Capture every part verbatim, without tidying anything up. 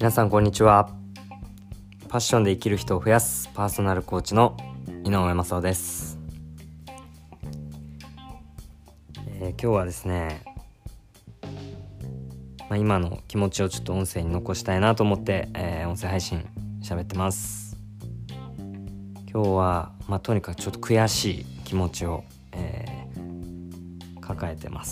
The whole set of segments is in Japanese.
皆さんこんにちは。パッションで生きる人を増やすパーソナルコーチの井上正雄です。えー、今日はですね、まあ、今の気持ちをちょっと音声に残したいなと思って、えー、音声配信喋ってます。今日は、まあ、とにかくちょっと悔しい気持ちを、えー、抱えてます。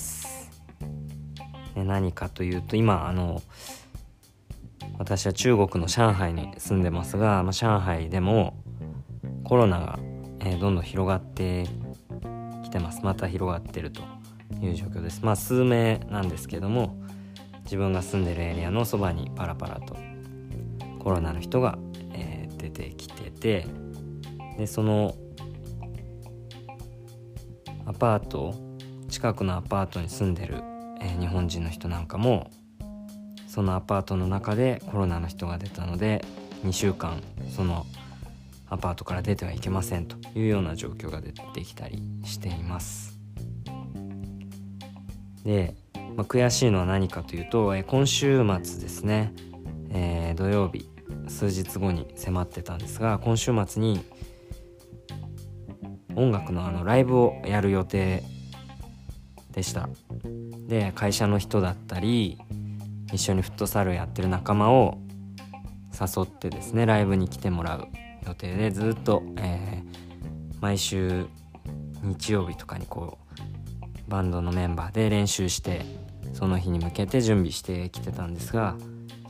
で、何かというと、今あの私は中国の上海に住んでますが、まあ、上海でもコロナが、えー、どんどん広がってきてます。また広がってるという状況です。まあ数名なんですけども、自分が住んでるエリアのそばにパラパラとコロナの人が、えー、出てきてて、でそのアパート近くのアパートに住んでる、えー、日本人の人なんかもそのアパートの中でコロナの人が出たのでにしゅうかんそのアパートから出てはいけませんというような状況が出てきたりしています。で、まあ、悔しいのは何かというと、え今週末ですね、えー、土曜日数日後に迫ってたんですが、今週末に音楽のあのライブをやる予定でした。で、会社の人だったり一緒にフットサルやってる仲間を誘ってですね、ライブに来てもらう予定で、ずっと、えー、毎週日曜日とかにこうバンドのメンバーで練習してその日に向けて準備してきてたんですが、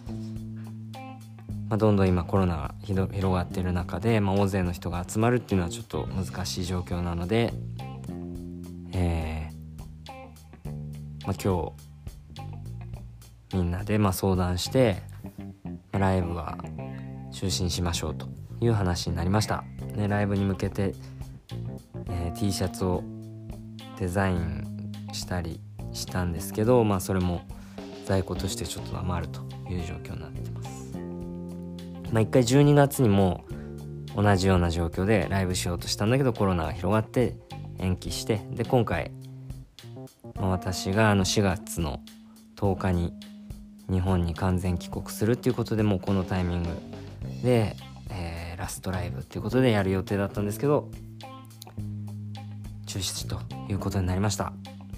まあ、どんどん今コロナが広がっている中で、まあ、大勢の人が集まるっていうのはちょっと難しい状況なので、えーまあ、今日みんなでまあ相談して、ライブは中止にしましょうという話になりました。で、ライブに向けて、えー、T シャツをデザインしたりしたんですけど、まあそれも在庫としてちょっと余るという状況になってます。まあ一回じゅうにがつにも同じような状況でライブしようとしたんだけど、コロナが広がって延期して、で今回、まあ、私があのしがつのとおかに日本に完全帰国するっていうことで、もうこのタイミングで、えー、ラストライブっていうことでやる予定だったんですけど、中止ということになりました。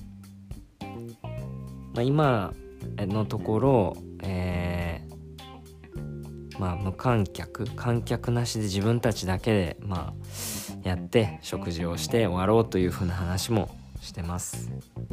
まあ、今のところ、えー、まあ無観客観客なしで自分たちだけでまあやって食事をして終わろうというふうな話もしてます。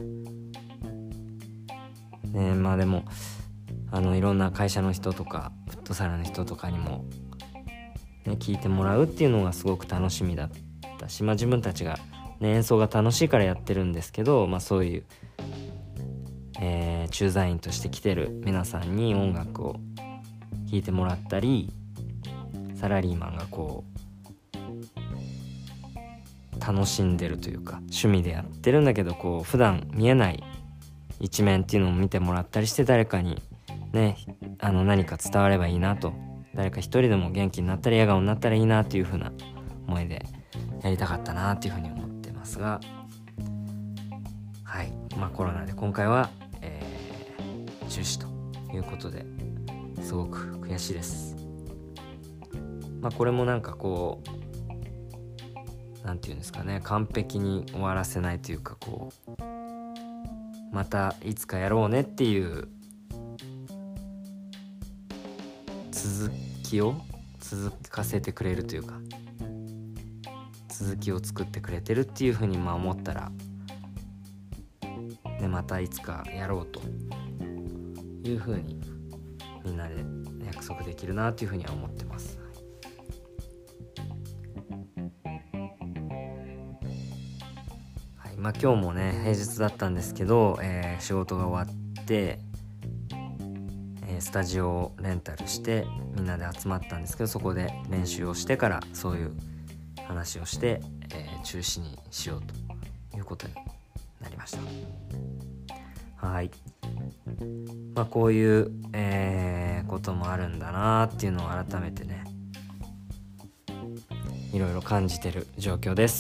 ね、まあでもあのいろんな会社の人とかフットサルの人とかにも、ね、聞いてもらうっていうのがすごく楽しみだったし、まあ、自分たちが、ね、演奏が楽しいからやってるんですけど、まあ、そういう、えー、駐在員として来てる皆さんに音楽を聴いてもらったり、サラリーマンがこう楽しんでるというか趣味でやってるんだけど、こう普段見えない一面っていうのを見てもらったりして、誰かにね、あの何か伝わればいいなと、誰か一人でも元気になったり笑顔になったらいいなというふうな思いでやりたかったなというふうに思ってますが、はい、まあコロナで今回は、えー、中止ということですごく悔しいです。まあこれもなんかこうなんていうんですかね、完璧に終わらせないというか、こうまたいつかやろうねっていう続きを続かせてくれるというか、続きを作ってくれてるっていうふうにまあ思ったら、ね、またいつかやろうというふうにみんなで約束できるなというふうには思ってます。はい、まあ今日もね平日だったんですけど、えー、仕事が終わってスタジオをレンタルしてみんなで集まったんですけど、そこで練習をしてからそういう話をして、えー、中止にしようということになりました。はい、まあこういう、えー、こともあるんだなっていうのを改めてね、いろいろ感じてる状況です。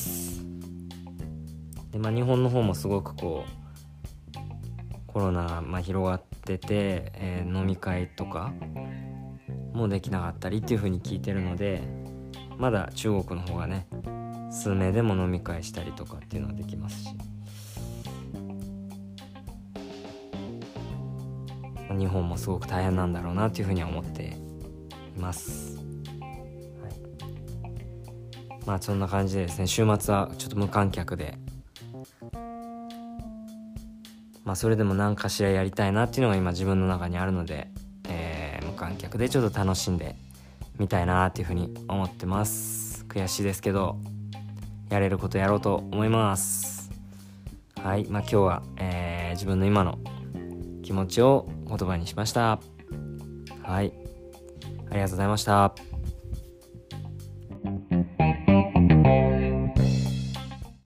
で、まあ、日本の方もすごくこうコロナがまあ広がってて、えー、飲み会とかもできなかったりっていう風に聞いてるので、まだ中国の方がね数名でも飲み会したりとかっていうのはできますし、日本もすごく大変なんだろうなっていう風には思っています。はい、まあそんな感じでですね、週末はちょっと無観客で、まあそれでも何かしらやりたいなっていうのが今自分の中にあるので、えー、無観客でちょっと楽しんでみたいなっていうふうに思ってます。悔しいですけどやれることやろうと思います。はい、まあ今日は、えー、自分の今の気持ちを言葉にしました。はい、ありがとうございました。